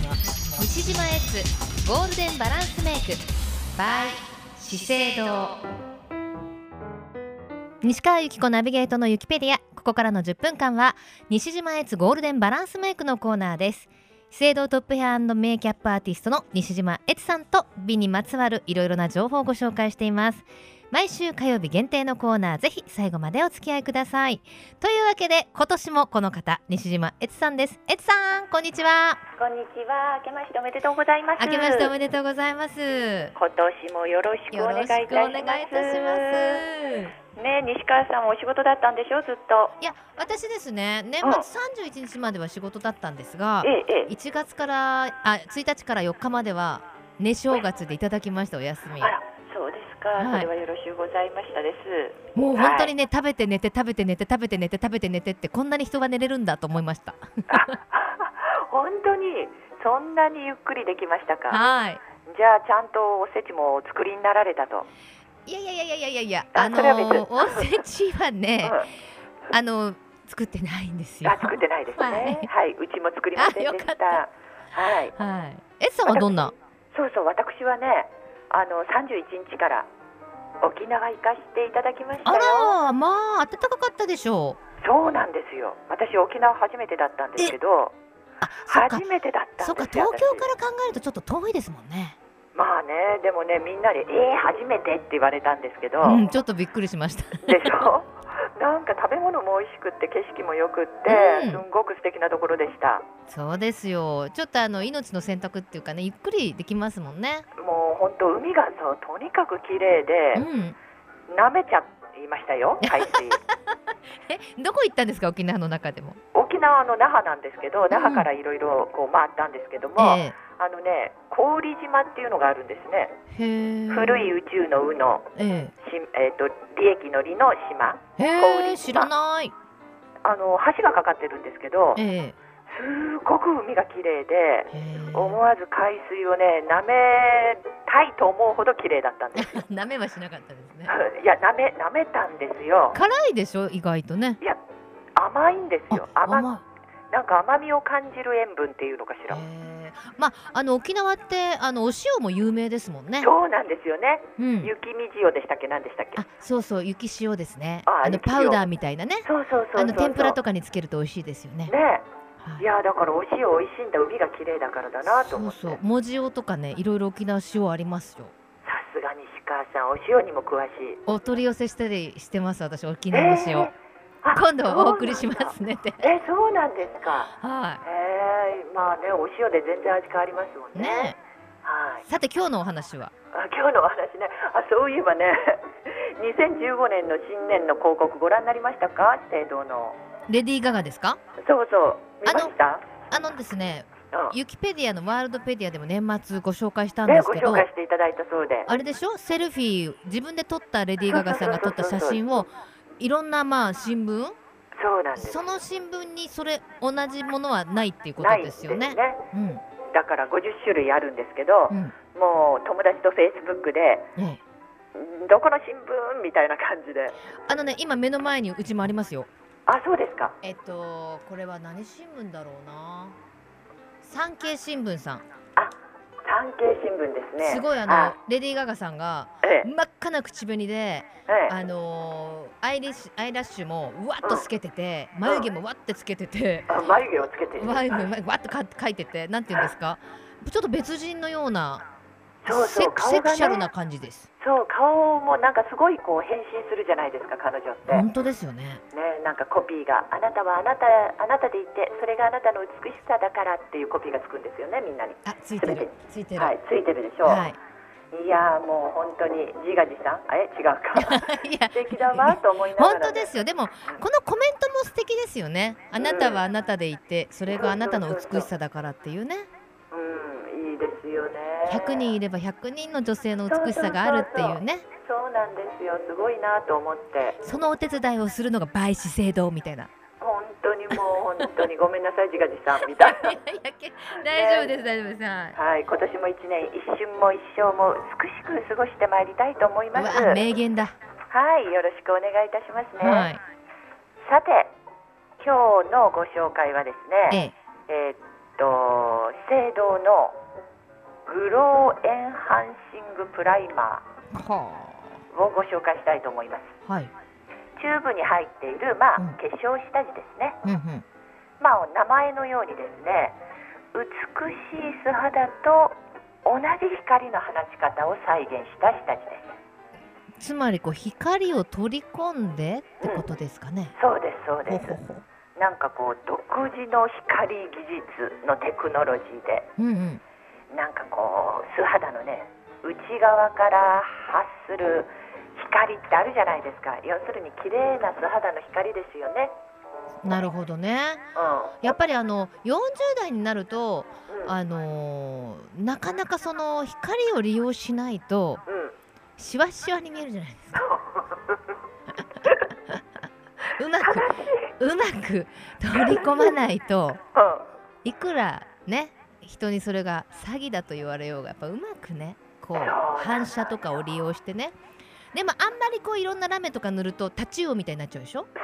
西島エッツゴールデンバランスメイク by 資生堂。西川由紀子ナビゲートのユキペディア。ここからの10分間は西島エッツゴールデンバランスメイクのコーナーです。資生堂トップヘア&メイキャップアーティストの西島エツさんと美にまつわるいろいろな情報をご紹介しています。毎週火曜日限定のコーナー、ぜひ最後までお付き合いください。というわけで今年もこの方、西島エツさんです。エツさん、こんにちは。 こんにちは。明けましておめでとうございます。 明けましておめでとうございます。 今年もよろしくお願いいたします。 よろしくお願いいたします。 ね、西川さんもお仕事だったんでしょ、ずっと。 いや、私ですね、年末31日までは仕事だったんですが、1月から1日から4日までは寝正月でいただきました、お休み。 あら、そうですか、それはよろしゅうございましたです。 もう本当にね、食べて寝て食べて寝て食べて寝て食べて寝てってこんなに人が寝れるんだと思いました。 本当にそんなにゆっくりできましたか。 はい。 じゃあちゃんとおせちもお作りになられたと。 いやおせちはね、作ってないんですよ。 作ってないですね。はい、うちも作りませんでした。はいはい。エツさんはどんな？ そうそう、私はね、31日から沖縄行かしていただきましたよ。 あら、まあ暖かかったでしょう。そうなんですよ。私沖縄初めてだったんですけど、初めてだったんですよ。 そうか、東京から考えるとちょっと遠いですもんね。 まあね、でもね、みんなで初めてって言われたんですけど、 ちょっとびっくりしました。 でしょ。なんか食べ物も美味しくって景色もよくって、すんごく素敵なところでした。 そうですよ。ちょっと命の選択っていうかね、ゆっくりできますもんね。 もう本当海がそうとにかく綺麗で、舐めちゃいましたよ、海水。 どこ行ったんですか、沖縄の中でも。 沖縄の那覇なんですけど、那覇からいろいろこう回ったんですけども、郡島っていうのがあるんですね。古い宇宙の宇の、利益の利の島。 知らない。 橋がかかってるんですけど、すごく海が綺麗で、思わず海水をね舐めたいと思うほど綺麗だったんですよ。 舐めはしなかったですね。 いや、舐めたんですよ。 辛いでしょ、意外とね。 いや、甘いんですよ。なんか甘みを感じる塩分っていうのかしら。 まあ、沖縄ってお塩も有名ですもんね。 そうなんですよね。雪見塩でしたっけ、何でしたっけ。 そうそう、雪塩ですね。パウダーみたいなね。天ぷらとかにつけると美味しいですよね。 いや、だからお塩美味しいんだ、海が綺麗だからだなと思って。 そうそう、文字塩とかね、いろいろ沖縄塩ありますよ。 さすが西川さん、お塩にも詳しい。 お取り寄せしたりしてます、私、沖縄の塩。今度お送りしますねって。 そうなんですか。 はい。 まあね、お塩で全然味変わりますもんね。 はい。さて今日のお話は。 今日のお話ね。そういえばね、2015年の新年の広告ご覧になりましたか、資生堂の。 レディー・ガガですか。 そうそう、見ました。 ですね、ユキペディアのワールドペディアでも年末ご紹介したんですけど、 ご紹介していただいたそうで、 あれでしょ、セルフィー、自分で撮ったレディー・ガガさんが撮った写真をいろんな新聞、 そうなんです。 その新聞にそれ同じものはないっていうことですよね。 だから50種類あるんですけど、もう友達とフェイスブックで、どこの新聞みたいな感じで、 今目の前にうちもありますよ。 そうですか。 これは何新聞だろうな。産経新聞さん。 産経新聞ですね。 すごいレディー・ガガさんが真っ赤な口紅で、アイラッシュもわっとつけてて、眉毛もわってつけてて、 眉毛をつけて眉毛わっと描いてて、なんていうんですか、ちょっと別人のようなセクシャルな感じです。 そう、顔もなんかすごいこう変身するじゃないですか、彼女って。 本当ですよね。 なんかコピーが、あなたはあなたでいて、それがあなたの美しさだからっていうコピーがつくんですよね、みんなに。 ついてる。ついてる。 はい、ついてるでしょう。いや、もう本当に自画自賛、違うか。素敵だわと思いながら。 本当ですよ。でもこのコメントも素敵ですよね。あなたはあなたでいて、それがあなたの美しさだからっていうね。 いいですよね。 100人いれば100人の女性の美しさがあるっていうね。 そうなんですよ。すごいなと思って。 そのお手伝いをするのがバイ資生堂みたいな。 本当にもう本当にごめんなさい、自画自賛みたいな。 大丈夫です、大丈夫です。 はい、今年も1年一瞬も一生も美しく過ごしてまいりたいと思います。 名言だ。 はい、よろしくお願いいたしますね。さて、今日のご紹介はですね、 資生堂のグローエンハンシングプライマーをご紹介したいと思います。 はい、 チューブに入っている、化粧下地ですね。名前のようにですね、美しい素肌と同じ光の放ち方を再現した下地です。 つまり光を取り込んでってことですかね。 そうですそうです。なんか独自の光技術のテクノロジーで、なんか素肌のね、内側から発する光ってあるじゃないですか。要するに綺麗な素肌の光ですよね。 なるほどね。やっぱり40代になると、なかなかその光を利用しないと、シワシワに見えるじゃないですか。うまく取り込まないと、いくらね人にそれが詐欺だと言われようが、やっぱうまくね反射とかを利用してね。でもあんまりいろんなラメとか塗るとタチウオみたいになっちゃうでしょ。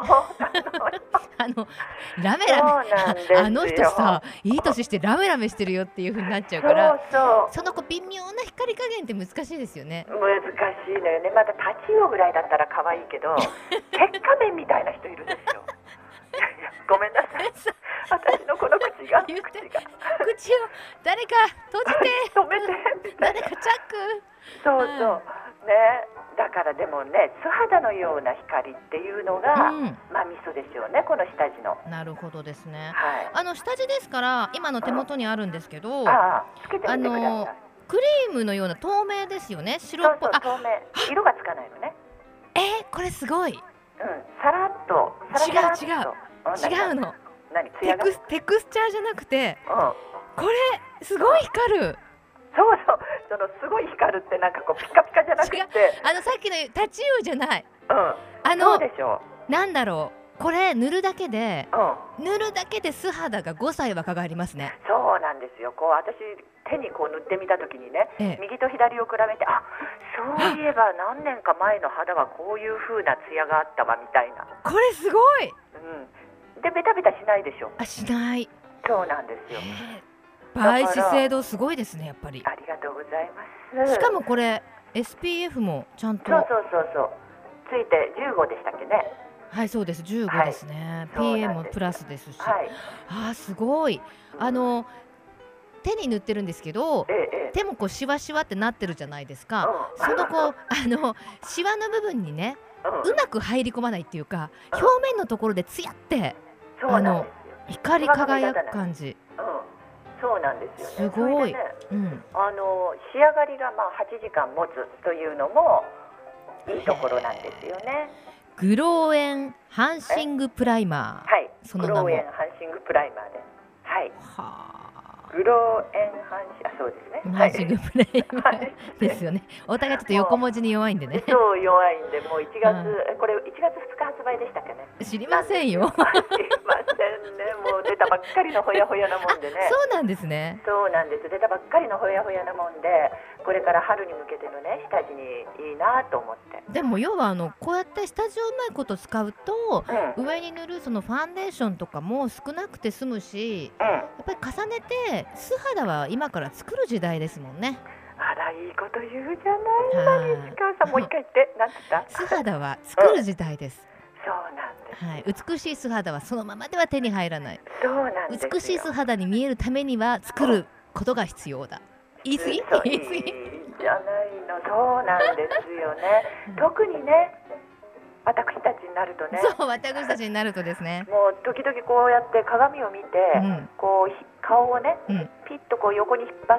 ラメあの人さ、いい年してラメラメしてるよっていう風になっちゃうから、その微妙な光加減って難しいですよね。 難しいのよね。またタチウオぐらいだったら可愛いけど鉄仮面みたいな人いるんですよ。ごめんなさい、私のこの口を誰か閉じて止めて誰かチャック。 そうね。だからでもね、素肌のような光っていうのが、ミソですよね、この下地の。 なるほどですね。 はい、 下地ですから今の手元にあるんですけど、 つけてみてください。 クリームのような透明ですよね。白っぽい。 透明。色がつかないのね。 これすごい。 さらっと。 違うの。 何？ テクスチャーじゃなくて、これすごい光る。 そのすごい光るってなんかピカピカじゃなくて、 さっきのタチウオじゃない。 そうでしょう。 なんだろう。これ塗るだけで素肌が5歳若返りますね。 そうなんですよ。私手に塗ってみた時にね、右と左を比べて、そういえば何年か前の肌はこういう風なツヤがあったわみたいな。 これすごい。 でベタベタしないでしょ。 しない。 そうなんですよ。 資生堂すごいですね、やっぱり。 ありがとうございます。 しかもこれ SPF もちゃんと。 そうついて15でしたっけね。 はい、そうです、15ですね。PA もプラスですし。すごい。手に塗ってるんですけど、手もシワシワってなってるじゃないですか。そのシワの部分にね、うまく入り込まないっていうか、表面のところでツヤって光り輝く感じ。 そうなんですよね。 すごい。 仕上がりが8時間持つというのもいいところなんですよね。 グローエンハンシングプライマー。 はい。グローエンハンシングプライマーです。はい。グローエンハンシング、そうですね。 ハンシングプライマーですよね。お互いちょっと横文字に弱いんでね。 そう弱いんで、もう1月、これ1月2日発売でしたっけね。 知りませんよ。 知りませんね。もう出たばっかりのほやほやなもんでね。 そうなんですね。 そうなんです。出たばっかりのほやほやなもんで、これから春に向けてのね下地にいいなと思って。 でも要はこうやって下地をうまいこと使うと、上に塗るそのファンデーションとかも少なくて済むし、やっぱり重ねて素肌は今から作る時代ですもんね。 あら、いいこと言うじゃないですか。さん、もう一回言って、なんて言った？ 素肌は作る時代です。 そうなんです。 美しい素肌はそのままでは手に入らない。 そうなんですよ。 美しい素肌に見えるためには作ることが必要だ。言い過ぎ？ いいじゃないの。そうなんですよね。特にね、私たちになるとね。 そう、私たちになるとですね。 もう時々こうやって鏡を見て、顔をね、ピッと横に引っ張って、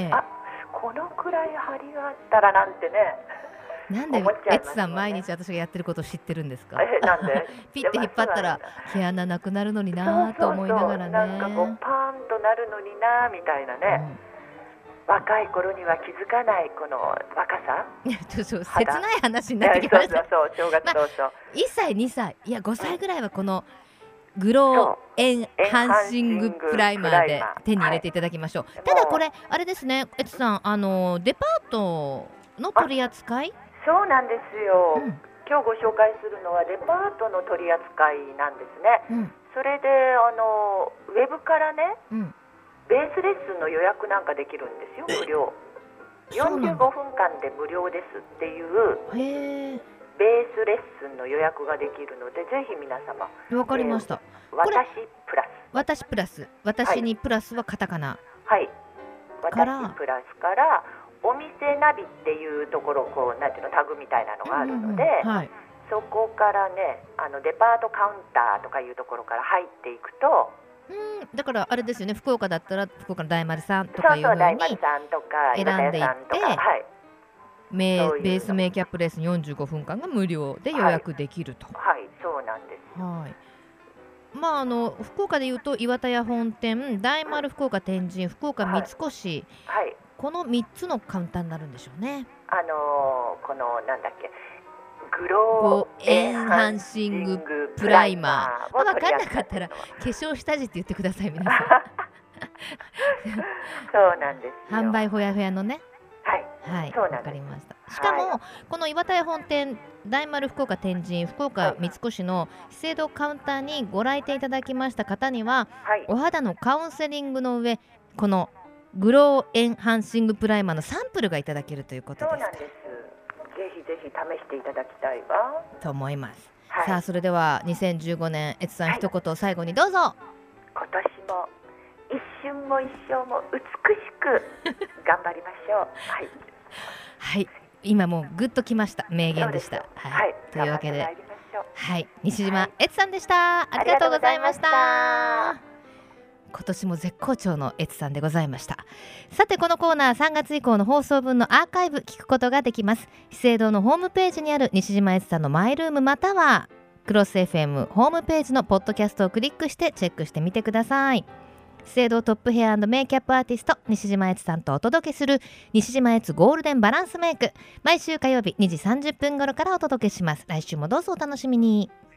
このくらい張りがあったらなんてね。 なんでエツさん毎日私がやってることを知ってるんですか？ なんでピッて引っ張ったら毛穴なくなるのになと思いながらね。 なんかパーンとなるのになみたいなね。若い頃には気づかないこの若さ。 切ない話になってきました。 そう正月早々。 1歳2歳いや5歳ぐらいはこのグローエンハンシングプライマーで手に入れていただきましょう。ただこれあれですね、エツさんデパートの取り扱い？ そうなんですよ。今日ご紹介するのはデパートの取り扱いなんですね。それでウェブからね、ウベースレッスンの予約なんかできるんですよ、無料。45分間で無料ですっていうベースレッスンの予約ができるので、ぜひ皆様。 わかりました。 私プラス。 私プラス。私にプラスはカタカナ。 はい。私プラスからお店ナビっていうところ、こうなんていうの、タグみたいなのがあるので、はい、そこからね、デパートカウンターとかいうところから入っていくと、 だからあれですよね、福岡だったら福岡の大丸さんとかいう風に選んでいって、ベースメイキャップレッスン45分間が無料で予約できると。 はい、そうなんです。はい。 まあ、福岡でいうと岩田屋本店、大丸福岡天神、福岡三越、はい、この3つのカウンターになるんでしょうね。 このなんだっけ、グローエンハンシングプライマー。分かんなかったら化粧下地って言ってください、皆さん。そうなんですよ。 販売ほやほやのね。 はい、 わかりました。しかも、この岩田屋本店、大丸福岡天神、福岡三越の資生堂カウンターにご来店いただきました方には、お肌のカウンセリングの上、このグローエンハンシングプライマーのサンプルがいただけるということです。 そうなんです。ぜひぜひ試していただきたいわと思います。さあ、それでは2015年、エツさん一言最後にどうぞ。 今年も一瞬も一生も美しく頑張りましょう。はいはい、今もうグッときました。名言でした。はい、というわけで、はい、西島エツさんでした。ありがとうございました。今年も絶好調のエツさんでございました。さて、このコーナー3月以降の放送分のアーカイブ聞くことができます。資生堂のホームページにある西島エツさんのマイルーム、またはクロス FM ホームページのポッドキャストをクリックしてチェックしてみてください。資生堂トップヘア&メイキャップアーティスト西島エツさんとお届けする西島エツゴールデンバランスメイク、毎週火曜日2時30分頃からお届けします。来週もどうぞお楽しみに。